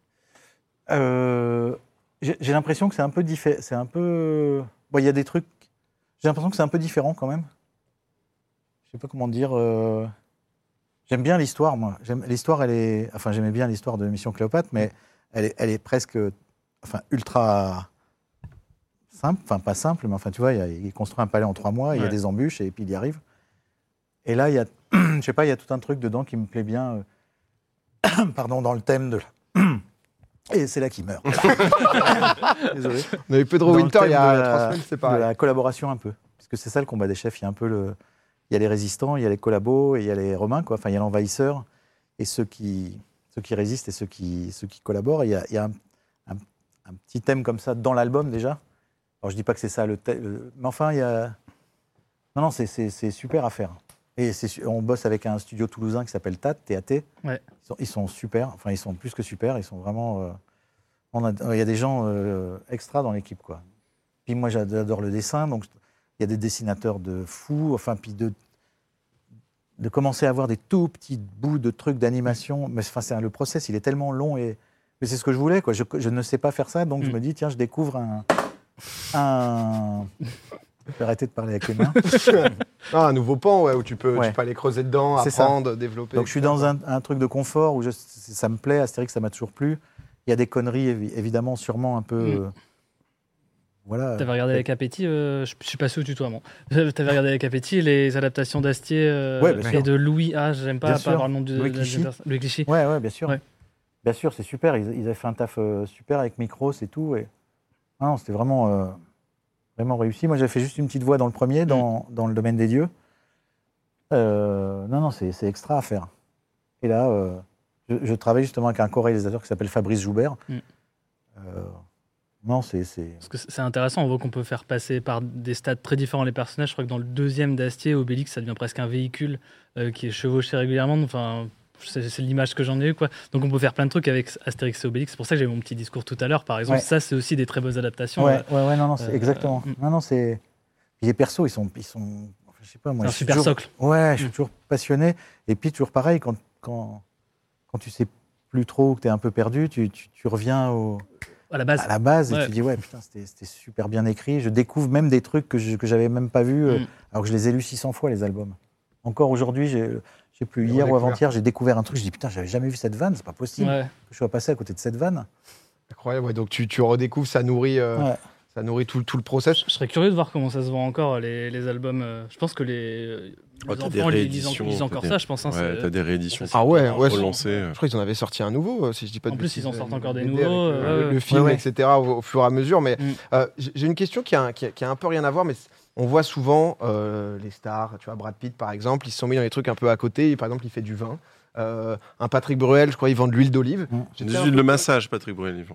Euh, j'ai j'ai l'impression que c'est un peu différent. C'est un peu. Bon, il y a des trucs. J'ai l'impression que c'est un peu différent quand même. Je sais pas comment dire. euh, J'aime bien l'histoire, moi. J'aime l'histoire. Elle est. Enfin, j'aimais bien l'histoire de Mission Cléopâtre, mais elle est, elle est presque, enfin, ultra simple. Enfin, pas simple, mais enfin, tu vois, il, y a- il construit un palais en trois mois. Il y a Ouais. des embûches et puis il y arrive. Et là, il y a, je sais pas, il y a tout un truc dedans qui me plaît bien. euh, Pardon, dans le thème de. la- Et c'est là qu'il meurt. Désolé. on avait Pedro Dans le Winter il y thème a de la- trois semaines, c'est De pareil. la collaboration un peu. Parce que c'est ça le combat des chefs. Il y a un peu le. Il y a les résistants, il y a les collabos et il y a les Romains, quoi. Enfin, il y a l'envahisseur et ceux qui, ceux qui résistent et ceux qui, ceux qui collaborent. Et il y a, il y a un, un- un petit thème comme ça dans l'album déjà. Alors je dis pas que c'est ça le thème, mais enfin il y a. Non, non, c'est, c'est, c'est super à faire. Et c'est, su- on bosse avec un studio toulousain qui s'appelle T A T, T A T. Ouais. Ils sont, ils sont super. Enfin, ils sont plus que super. Ils sont vraiment. euh, on a- il y a des gens euh, extra dans l'équipe, quoi. Puis moi, j'adore le dessin, donc il y a des dessinateurs de fous. Enfin, puis de de commencer à avoir des tout petits bouts de trucs d'animation. Mais enfin, c'est un- le process, il est tellement long et mais c'est ce que je voulais, quoi. Je, je ne sais pas faire ça, donc je Mm. me dis tiens, je découvre un un. Je vais arrêter de parler avec les mains. Ah, un nouveau pan, ouais, où tu peux, Ouais. tu peux aller creuser dedans, C'est ça. apprendre, développer. Donc je suis et cetera. dans un, un truc de confort où je- ça me plaît. Astérix, ça m'a toujours plu. Il y a des conneries, évi- évidemment, sûrement un peu. Mm. euh, voilà. T'avais regardé avec appétit, euh, je je suis passé au tutoiement. T'avais regardé avec appétit les adaptations d'Astier euh, Ouais, bien et sûr. de Louis. Ah, j'aime pas, Bien pas sûr. avoir le nom de Louis de- Clichy. de personne. Louis Clichy. Ouais, ouais, bien sûr. Ouais. Bien sûr, c'est super. Ils, ils avaient fait un taf euh, super avec Micros et tout. Et... Ah non, c'était vraiment, euh, vraiment réussi. Moi, j'avais fait juste une petite voix dans le premier, dans, dans le domaine des dieux. Euh, non, non, c'est c'est extra à faire. Et là, euh, je, je travaille justement avec un co-réalisateur qui s'appelle Fabrice Joubert. Mm. Euh, non, c'est. c'est- Parce que c'est intéressant, on voit qu'on peut faire passer par des stades très différents les personnages. Je crois que dans le deuxième d'Astier, Obélix, ça devient presque un véhicule euh, qui est chevauché régulièrement. Enfin, c'est c'est l'image que j'en ai eue, quoi. Donc on peut faire plein de trucs avec Astérix et Obélix. C'est pour ça que j'ai eu mon petit discours tout à l'heure, par exemple. Ouais. Ça, c'est aussi des très bonnes adaptations. Ouais, Euh, ouais, ouais, non, non, c'est euh, exactement. euh, Non, non, c'est. Puis les persos, ils sont, ils sont. enfin, je sais pas, moi. un je suis super toujours- socle. Ouais, je suis Mm. toujours passionné. Et puis toujours pareil, quand quand quand tu sais plus trop, que tu es un peu perdu, tu, tu, tu reviens au, À la base. à la base et Ouais. tu dis ouais putain c'était c'était super bien écrit. Je découvre même des trucs que je que j'avais même pas vus, euh, Mm. alors que je les ai lus six cents fois les albums. Encore aujourd'hui, j'ai je sais plus Les hier ou redécouvertes. avant-hier, j'ai découvert un truc. Je dis putain j'avais jamais vu cette vanne, c'est pas possible Ouais. que je sois passé à côté de cette vanne. Incroyable, ouais, donc tu, tu redécouvres, ça nourrit, euh, Ouais. ça nourrit tout, tout le process. Je serais curieux de voir comment ça se vend encore, les, les albums. euh, Je pense que les, Oh, les t'as des enfants ils lisent, en- rééditions, lisent t'as encore des- ça, je pense. hein, Ouais, c'est- t'as des rééditions. Ah ouais, ouais, c'est relancé. Je crois qu'ils en avaient sorti un nouveau, euh, si je dis pas de En plus, bêtises, ils en sortent euh, encore des B D nouveaux, avec, euh, euh, le, ouais. le film, Ouais, ouais. et cetera, au, au fur et à mesure. Mais Mm. euh, j'ai j'ai une question qui a, un- qui, a, qui a un peu rien à voir, mais c- on voit souvent euh, les stars, tu vois, Brad Pitt par exemple, ils se sont mis dans des trucs un peu à côté. Par exemple, il fait du vin. Euh, un Patrick Bruel, je crois, ils vendent de l'huile d'olive. Mm. J'étais Des un huiles peu- de massage, Patrick Bruel. ils font.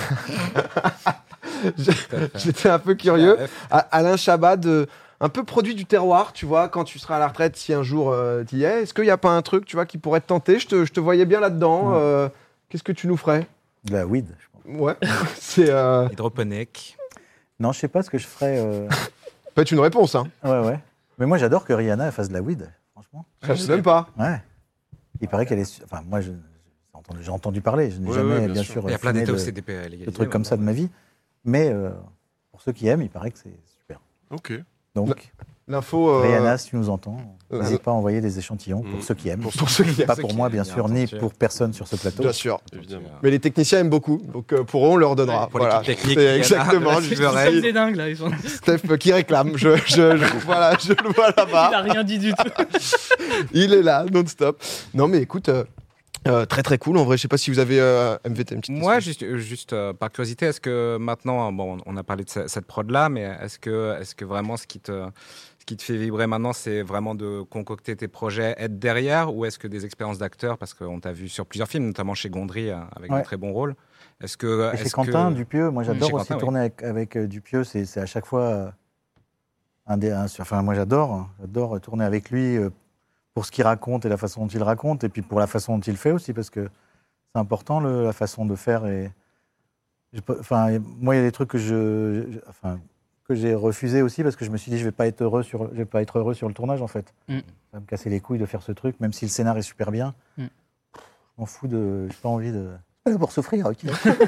J'étais un peu curieux. A- Alain Chabat, de- un peu produit du terroir, tu vois, quand tu seras à la retraite, si un jour euh, tu y es, est-ce qu'il n'y a pas un truc, tu vois, qui pourrait te tenter? Je te, je te voyais bien là-dedans. Ouais. euh, Qu'est-ce que tu nous ferais? De la weed, je pense. Ouais, c'est euh, Hydroponique. Non, je sais pas ce que je ferais. euh, peut-être une réponse, hein. Ouais, ouais. Mais moi, j'adore que Rihanna elle fasse de la weed, franchement. Je sais même pas. Ouais. Il paraît qu'elle est. su- Enfin, moi, je- j'ai entendu, j'ai entendu parler. Je n'ai Ouais, jamais, ouais, bien, bien sûr, sûr. Il y a plein fumé d'états de, où c'est des P- légalisé. de trucs comme ça de ma vie. Mais euh, pour ceux qui aiment, il paraît que c'est super. Ok. Donc, L'info. euh, Rihanna, si tu nous entends, euh, n'hésite pas à envoyer des échantillons pour Mm. ceux qui aiment. Pour, pour ceux qui aiment, Pas ceux pour qui moi, aiment, bien bien sûr, ni entendu. pour personne sur ce plateau. Bien sûr. Évidemment. Mais les techniciens aiment beaucoup, donc euh, pour eux, on leur donnera. Ouais, pour voilà. l'équipe technique, C'est il y en a exactement. de la je- sueur. Comme des dingues, là. Ils sont... Steph qui réclame. Je, je, je- voilà, je le vois Il a là-bas. rien dit du tout. Il est là, non-stop. Non, mais écoute. euh, euh, très très cool en vrai, je sais pas si vous avez euh, M V T une petite Moi, question. juste, juste euh, par curiosité, est-ce que maintenant, bon, on a parlé de ce- cette prod-là, mais est-ce que, est-ce que vraiment ce qui te, ce qui te fait vibrer maintenant, c'est vraiment de concocter tes projets, être derrière, ou est-ce que des expériences d'acteurs, parce qu'on t'a vu sur plusieurs films, notamment chez Gondry, euh, avec Ouais. de très bons rôles. Est-ce que, Et chez est-ce Quentin que... Dupieux, moi j'adore Chez aussi Quentin, oui. tourner avec, avec euh, Dupieux, c'est c'est à chaque fois euh, un des. un- enfin, moi j'adore, hein. j'adore tourner avec lui euh, pour ce qu'il raconte et la façon dont il raconte, et puis pour la façon dont il fait aussi, parce que c'est important le- la façon de faire. Et j'ai pas- enfin, moi il y a des trucs que je, je- enfin, que j'ai refusé aussi parce que je me suis dit je vais pas être heureux sur, je vais pas être heureux sur le tournage en fait. Mm. Ça va me casser les couilles de faire ce truc, même si le scénar est super bien. Mm. Je m'en fous de, j'ai pas envie de. Pour souffrir, ok.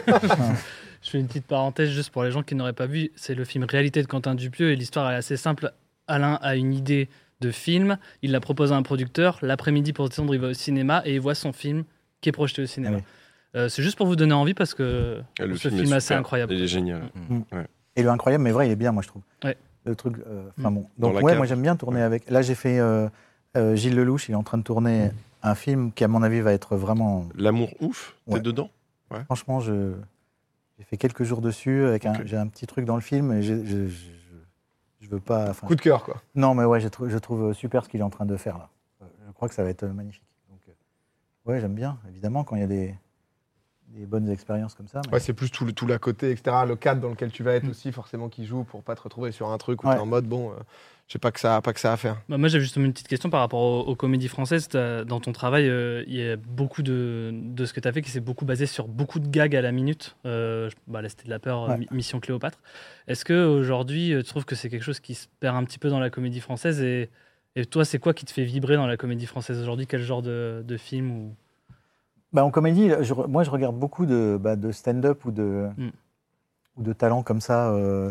Je fais une petite parenthèse juste pour les gens qui n'auraient pas vu. C'est le film Réalité de Quentin Dupieux et l'histoire est assez simple. Alain a une idée de film, il la propose à un producteur. L'après-midi, pour décembre, il va au cinéma et il voit son film qui est projeté au cinéma. Ah oui. Euh, c'est juste pour vous donner envie parce que Ah, le ce film film, est est assez super. incroyable. Il est génial. Et le incroyable, mais vrai, il est bien, moi, je trouve. Ouais. Le truc. euh, Enfin bon. Dans Donc, la ouais, cave. moi, j'aime bien tourner avec. Là, j'ai fait euh, euh, Gilles Lelouch, il est en train de tourner un film qui, à mon avis, va être vraiment. L'amour ouf, t'es Ouais. dedans? Franchement, je. J'ai fait quelques jours dessus, avec un- Ok. j'ai un petit truc dans le film, et je, je, je, je veux pas. enfin, Coup de cœur, quoi. Non, mais ouais, je trouve, je trouve super ce qu'il est en train de faire là. Euh, Je crois que ça va être euh, magnifique. Donc, euh, ouais, j'aime bien, évidemment, quand il y a des, des bonnes expériences comme ça. mais- Ouais, c'est plus tout le, tout l'à côté, et cetera. Le cadre dans lequel tu vas être aussi, forcément, qui joue pour pas te retrouver sur un truc où Ouais. t'es en mode, bon, euh, je sais pas que ça, pas que ça à faire. Bah, moi, j'avais justement une petite question par rapport aux, aux comédies françaises. T'as- Dans ton travail, euh, il y a beaucoup de, de ce que tu as fait qui s'est beaucoup basé sur beaucoup de gags à la minute. Euh, je- bah, là, c'était de la peur, euh, Ouais. Mi- Mission Cléopâtre. Est-ce qu'aujourd'hui, tu trouves que c'est quelque chose qui se perd un petit peu dans la comédie française et, et toi, c'est quoi qui te fait vibrer dans la comédie française aujourd'hui? Quel genre de, de film ou... Bah, en comédie, je re- moi, je regarde beaucoup de, bah, de stand-up ou de, Mm. ou de talents comme ça. euh,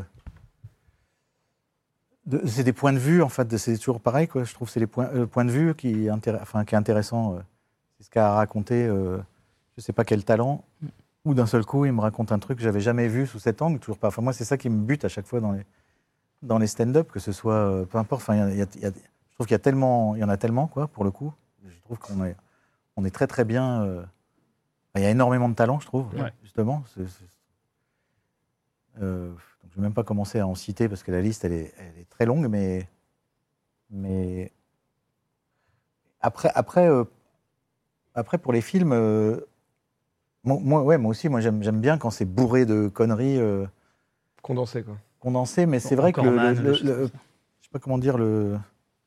de- c'est des points de vue, en fait. C'est toujours pareil, quoi. Je trouve que c'est les points, le point de vue qui est, intér- enfin, qui est intéressant. euh. C'est ce qu'a raconté, euh, je ne sais pas quel talent. où d'un seul coup, il me raconte un truc que j'avais jamais vu sous cet angle, toujours pas. Enfin, moi, c'est ça qui me bute à chaque fois dans les, dans les stand-up, que ce soit, euh, peu importe. Enfin, il y a, il y a, je trouve qu'il y a tellement, il y en a tellement, quoi, pour le coup. Je trouve qu'on est, on est très très bien. Euh, il y a énormément de talent, je trouve, Ouais. justement. C'est, c'est, euh, donc je ne vais même pas commencer à en citer parce que la liste, elle est, elle est très longue, mais, mais après, après, euh, après pour les films, euh, moi, moi, ouais, moi aussi, moi j'aime, j'aime bien quand c'est bourré de conneries euh, Condensé, quoi. condensées, mais c'est vrai que Encore le, Man, le- des le- choses le- comme ça. je sais pas comment dire le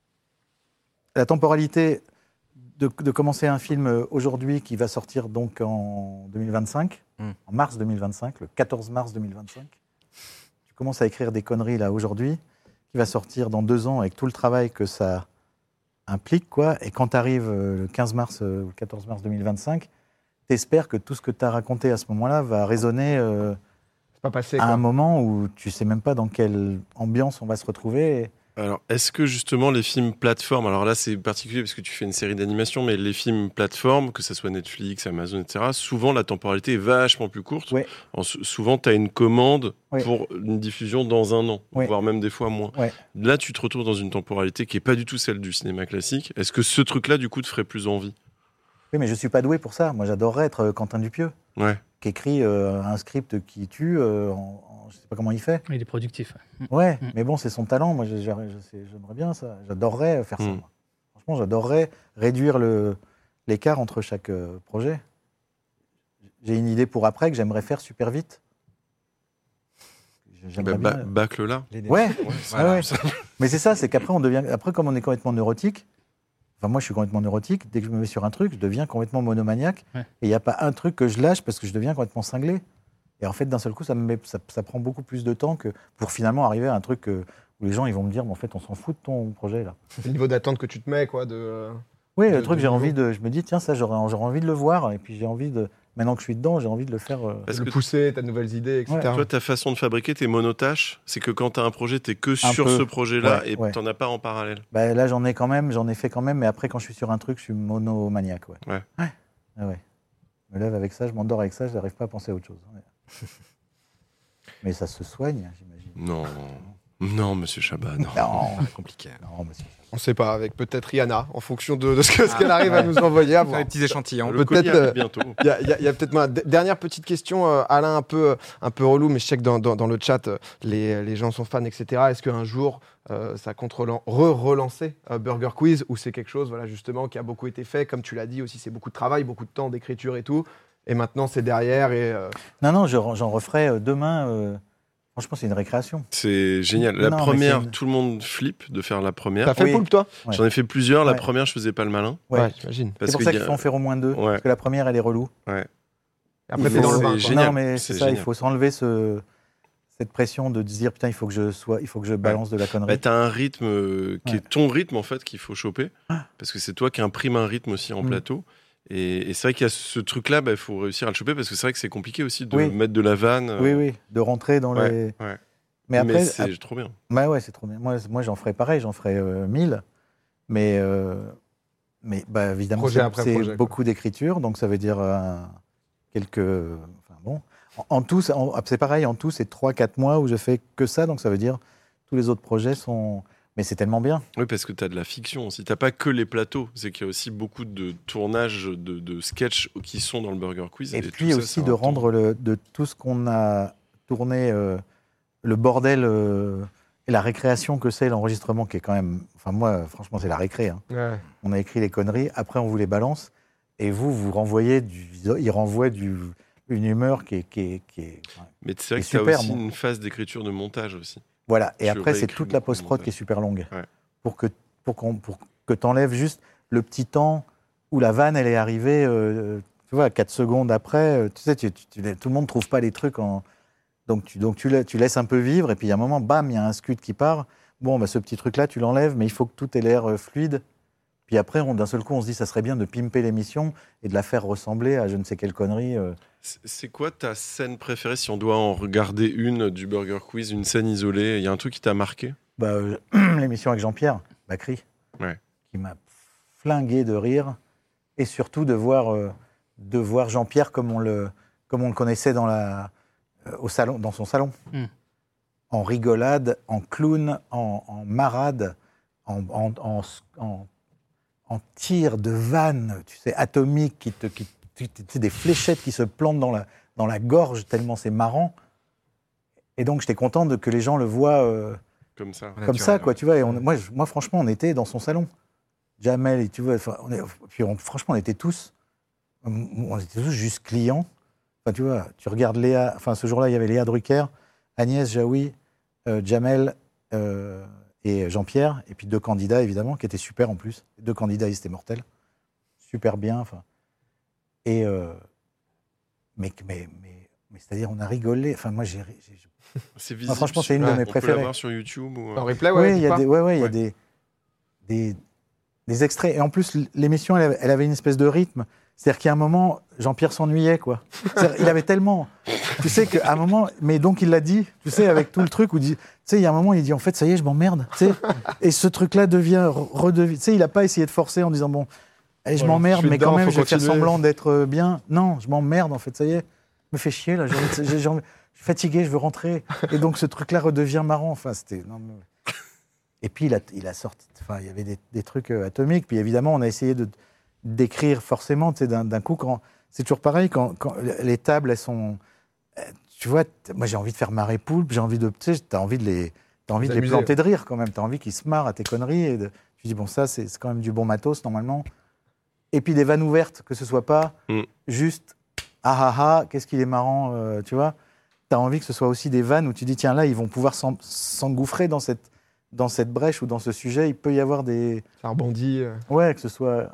la temporalité de, de commencer un film aujourd'hui qui va sortir donc en deux mille vingt-cinq, Mm. en mars deux mille vingt-cinq, le quatorze mars deux mille vingt-cinq. Tu commences à écrire des conneries là aujourd'hui, qui va sortir dans deux ans avec tout le travail que ça implique, quoi. Et quand tu arrives le quinze mars euh, ou le quatorze mars deux mille vingt-cinq, tu espères que tout ce que tu as raconté à ce moment-là va résonner euh, C'est pas passé, à quoi. un moment où tu sais même pas dans quelle ambiance on va se retrouver. Et- Alors, est-ce que justement les films plateformes, alors là c'est particulier parce que tu fais une série d'animation, mais les films plateformes, que ce soit Netflix, Amazon, et cetera, souvent la temporalité est vachement plus courte. Ouais. En- souvent, tu as une commande Ouais. pour une diffusion dans un an, Ouais. voire même des fois moins. Ouais. Là, tu te retrouves dans une temporalité qui n'est pas du tout celle du cinéma classique. Est-ce que ce truc-là, du coup, te ferait plus envie ? Oui, mais je suis pas doué pour ça. Moi, j'adorerais être euh, Quentin Dupieux, Ouais. qui écrit euh, un script qui tue. Euh, en, en- je sais pas comment il fait. Il est productif. ouais. Ouais, Mm. mais bon, c'est son talent. Moi, je- je- je sais- j'aimerais bien ça. J'adorerais faire ça. Mm. moi. Franchement, j'adorerais réduire le, l'écart entre chaque euh, projet. J'ai une idée pour après que j'aimerais faire super vite. J'aimerais Bah, bien- ba- Bâcle là. Ouais, Voilà. ouais, ouais. Mais c'est ça, c'est qu'après, on devient. Après, comme on est complètement neurotique, enfin, moi, je suis complètement neurotique. Dès que je me mets sur un truc, je deviens complètement monomaniaque. Ouais. Et il n'y a pas un truc que je lâche parce que je deviens complètement cinglé. Et en fait, d'un seul coup, ça, me met, ça, ça prend beaucoup plus de temps que pour finalement arriver à un truc que- où les gens ils vont me dire, mais en fait, on s'en fout de ton projet là. C'est le niveau d'attente que tu te mets, quoi. De... Oui, De- le truc, de j'ai niveau. envie de. Je me dis, tiens, ça, j'aurais, j'aurais envie de le voir. Et puis j'ai envie de. Maintenant que je suis dedans, j'ai envie de le faire. euh, Parce le que pousser, t'as de nouvelles idées, et cetera. toi, ta façon de fabriquer, t'es monotache. C'est que quand t'as un projet, t'es que Un sur peu. ce projet-là Ouais, et ouais. t'en as pas en parallèle. Bah, là, j'en ai quand même, j'en ai fait quand même. Mais après, quand je suis sur un truc, je suis monomaniaque. Ouais. Ouais. Ouais. Ah ouais. Je me lève avec ça, je m'endors avec ça, je n'arrive pas à penser à autre chose. Ouais. Mais ça se soigne, j'imagine. Non, non, monsieur Chabat, non. Non, Compliqué. non, monsieur. On sait pas, avec peut-être Rihanna, en fonction de, de ce que- ce qu'elle arrive à nous envoyer. à Faire voir. des petits échantillons. Le Peut-être, colis arrive euh, bientôt. Il y a, il y a- il y a peut-être moins. D- Dernière petite question, euh, Alain, un peu, un peu relou, mais je sais que dans, dans- dans le chat, euh, les, les gens sont fans, et cetera. Est-ce qu'un jour, euh, ça compte relan- re-relancer euh, Burger Quiz, ou c'est quelque chose, voilà, justement, qui a beaucoup été fait, comme tu l'as dit aussi, c'est beaucoup de travail, beaucoup de temps d'écriture et tout, et maintenant c'est derrière et euh, Non, non, je- j'en referai euh, demain. euh, Franchement, c'est une récréation. C'est génial. La Non, mais première, c'est une- tout le monde flippe de faire la première. t'as fait Oui. le poulpe, toi Ouais. J'en ai fait plusieurs. La Ouais. première, je faisais pas le malin. Ouais. j'imagine. Parce C'est pour que ça y a- qu'il faut en faire au moins deux. Ouais. Parce que la première, elle est relou. Après, Il t'es faut- dans le c'est bain. quoi. génial. Non, mais c'est C'est ça, il génial. faut s'enlever ce, cette pression de se dire putain, il faut que je sois, il faut que je balance de la connerie. Bah, t'as un rythme euh, qui Ouais. est ton rythme en fait qu'il faut choper parce que c'est toi qui imprime un rythme aussi en Mm. plateau et, et c'est vrai qu'il y a ce truc là, il faut réussir à le choper parce que c'est vrai que c'est compliqué aussi de Oui. mettre de la vanne. euh, Oui, oui, de rentrer dans Ouais, les. ouais. Mais Mais, après, c'est ap- trop bien. bah ouais, c'est trop bien. Moi, moi j'en ferai pareil, j'en ferai euh, mille. Mais, euh, mais bah, évidemment, Projet c'est- après c'est projet, quoi. beaucoup d'écriture, donc ça veut dire euh, quelques. Enfin bon, en, en tout, c'est- en- c'est pareil. En tout, c'est trois, quatre mois où je fais que ça, donc ça veut dire tous les autres projets sont. Mais c'est tellement bien. Oui, parce que t'as de la fiction aussi. T'as pas que les plateaux, c'est qu'il y a aussi beaucoup de tournages de, de sketchs qui sont dans le Burger Quiz. Et tout puis ça, aussi c'est de un temps. rendre le, de tout ce qu'on a tourné, euh, le bordel euh, et la récréation que c'est l'enregistrement, qui est quand même. Enfin, moi, franchement, c'est la récré. Hein. Ouais. On a écrit les conneries, après on vous les balance, et vous, vous renvoyez du. Il renvoie du, une humeur qui est. Qui est, qui est- enfin, Mais c'est vrai que c'est t'as super, aussi moi. une phase d'écriture de montage aussi. voilà. Et Tu après, c'est réécris toute la beaucoup de post-prod montage. qui est super longue. Ouais. Pour que, pour qu'on, pour que tu enlèves juste le petit temps où la vanne, elle est arrivée, euh, tu vois, quatre secondes après. euh, Tu sais, tu, tu- tu- tout le monde ne trouve pas les trucs en. Donc, tu, donc tu, la- tu laisses un peu vivre, et puis il y a un moment, bam, il y a un scud qui part. Bon, bah, ce petit truc-là, tu l'enlèves, mais il faut que tout ait l'air euh, fluide. Puis après, on- d'un seul coup, on se dit, ça serait bien de pimper l'émission et de la faire ressembler à je ne sais quelle connerie. euh. C'est- C'est quoi ta scène préférée si on doit en regarder une du Burger Quiz, une scène isolée? Il y a un truc qui t'a marqué? Bah, euh, l'émission avec Jean-Pierre Bacry, Ouais. qui m'a flingué de rire, et surtout de voir, euh, de voir Jean-Pierre comme on le, comme on le connaissait dans, la, euh, au salon, dans son salon. Mm. En rigolade, en clown, en, en marade, en, en, en, en, en tir de vanne, tu sais, atomique, qui te, qui, tu sais, des fléchettes qui se plantent dans la, dans la gorge, tellement c'est marrant. Et donc, j'étais content de, que les gens le voient euh, Comme ça. comme Naturel, ça, quoi, ouais. tu vois. Et on, moi, je- moi, franchement, on était dans son salon. Jamel, et tu vois, enfin, on est, puis on- franchement, on était tous, on était tous juste clients. Enfin, tu vois, tu regardes Léa, enfin, ce jour-là, il y avait Léa Drucker, Agnès Jaoui, euh, Jamel euh, et Jean-Pierre, et puis deux candidats, évidemment, qui étaient super en plus. Deux candidats, ils étaient mortels. Super bien, enfin. Et. euh, mais, mais, mais, mais c'est-à-dire, on a rigolé. Enfin, moi, j'ai. j'ai- C'est Non, visible. franchement, c'est une sur- de mes On peut préférées. la voir sur YouTube ou. euh, En replay, Oui, ouais. il y a pas des, ouais, ouais, il y a Ouais. des, des, des extraits. Et en plus, l- l'émission, elle, avait- elle avait une espèce de rythme. C'est-à-dire qu'à un moment, Jean-Pierre s'ennuyait, quoi. C'est-à-dire, il avait tellement. Tu sais qu'à un moment. Mais donc, il l'a dit, tu sais, avec tout le truc où il dit. Tu sais, il y a un moment, il dit en fait, ça y est, je m'emmerde. Tu sais. Et ce truc-là devient. redevient. Tu sais, il n'a pas essayé de forcer en disant bon, allez, je Voilà, m'emmerde, je suis mais dedans, quand même, faut je vais faire continuer. semblant d'être euh, bien. Non, je m'emmerde, en fait, ça y est. Me fait chier, là. J'ai envie de- j'ai- j'ai envie- je suis fatigué, je veux rentrer. Et donc, ce truc-là redevient marrant. Enfin, c'était. non, mais- Et puis, il a, il a sorti. Enfin, il y avait des, des trucs euh, atomiques. Puis, évidemment, on a essayé de d'écrire forcément, tu sais, d'un d'un coup, quand. C'est toujours pareil, quand, quand les tables, elles sont. euh, Tu vois, t- moi, j'ai envie de faire marrer poulpe, j'ai envie de. Tu sais, t'as envie de les. T'as envie de les D'amuser, planter de rire, quand même. T'as envie qu'ils se marrent à tes conneries. Et de, tu dis, bon, ça, c'est c'est quand même du bon matos, normalement. Et puis, des vannes ouvertes, que ce soit pas Mm. juste. Ah ah ah, qu'est-ce qu'il est marrant, euh, tu vois. T'as envie que ce soit aussi des vannes où tu dis, tiens, là, ils vont pouvoir s'en- s'engouffrer dans cette, dans cette brèche ou dans ce sujet. Il peut y avoir des. Ça rebondit. euh. Ouais, que ce soit.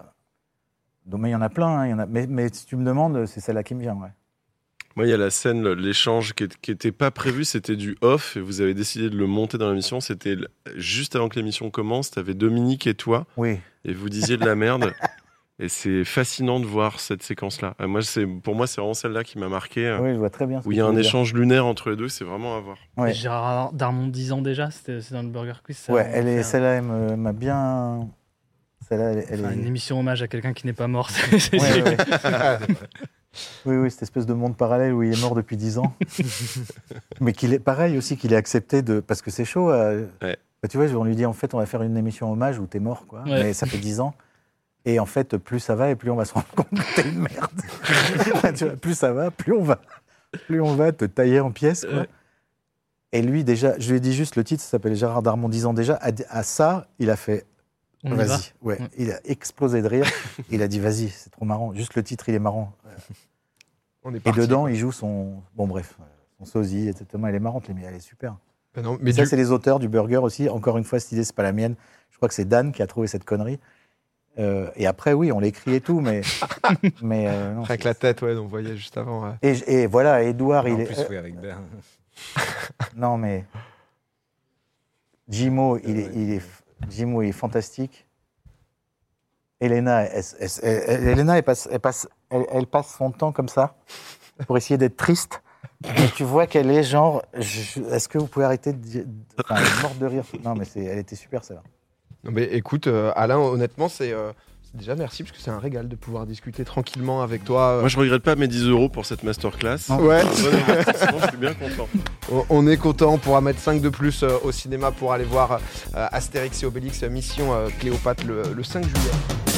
Donc, mais il y en a plein, hein, il y en a... mais, mais si tu me demandes, c'est celle-là qui me vient, ouais. Moi, il y a la scène, le- l'échange qui n'était pas prévu, c'était du off, et vous avez décidé de le monter dans l'émission. C'était l- juste avant que l'émission commence, tu avais Dominique et toi, Oui. et vous disiez de la merde. Et c'est fascinant de voir cette séquence-là. Euh, Moi, c'est, pour moi, c'est vraiment celle-là qui m'a marqué, euh, Oui, je vois très bien ce où que il y a tu un veux dire. échange lunaire entre les deux, c'est vraiment à voir. Ouais, Et Gérard Darmon, dix ans déjà, c'était c'est dans le Burger Quiz. ça, ouais on elle fait est, un- celle-là, elle me- m'a bien. Celle-là, elle, elle enfin, est. une émission hommage à quelqu'un qui n'est pas mort. c'est- c'est- Ouais, ouais, ouais. Oui, oui, cette espèce de monde parallèle où il est mort depuis dix ans. Mais qu'il est pareil aussi, qu'il ait accepté de. Parce que c'est chaud. euh, Ouais. bah, tu vois, on lui dit en fait, on va faire une émission hommage où t'es mort, quoi. Ouais. Mais ça fait dix ans. Et en fait, plus ça va et plus on va se rendre compte que t'es une merde. Tu vois, plus ça va, plus on va, plus on va te tailler en pièces, quoi. Ouais. Et lui, déjà, je lui ai dit juste le titre, ça s'appelle Gérard Darmon dix ans déjà. À, à ça, il a fait. On y va. Vas-y, ouais. Ouais. Il a explosé de rire. Il a dit, vas-y, c'est trop marrant. Juste le titre, il est marrant. On est Et parti, dedans, quoi. il joue son. Bon, bref, son sosie, et cetera. Elle est marrante, mais elle est super. Ben non, mais ça, du- c'est les auteurs du burger aussi. Encore une fois, cette idée, c'est pas la mienne. Je crois que c'est Dan qui a trouvé cette connerie. Euh, et après, oui, on l'écrit et tout, mais. mais euh, non, Avec c'est- la tête, ouais, on voyait juste avant. ouais. et, et voilà, Edouard, En il plus, est. oui, avec Ben. Non, mais. Jimo, il est, il est, Jimo, il est fantastique. Elena, elle, elle- elle- elle- Elena, elle passe, elle, passe, elle, elle passe son temps comme ça pour essayer d'être triste. Et tu vois qu'elle est genre. je- Est-ce que vous pouvez arrêter de dire. Enfin, elle est morte de rire. Non, mais c'est, elle était super, celle-là. Non, mais écoute, euh, Alain, honnêtement, c'est euh, c'est déjà merci parce que c'est un régal de pouvoir discuter tranquillement avec toi. euh. Moi, je regrette pas mes dix euros pour cette masterclass. Ouais. Bon investissement, je suis bien content. On- On est content, on pourra mettre cinq de plus euh, au cinéma pour aller voir euh, Astérix et Obélix, euh, Mission euh, Cléopâtre le, le cinq juillet.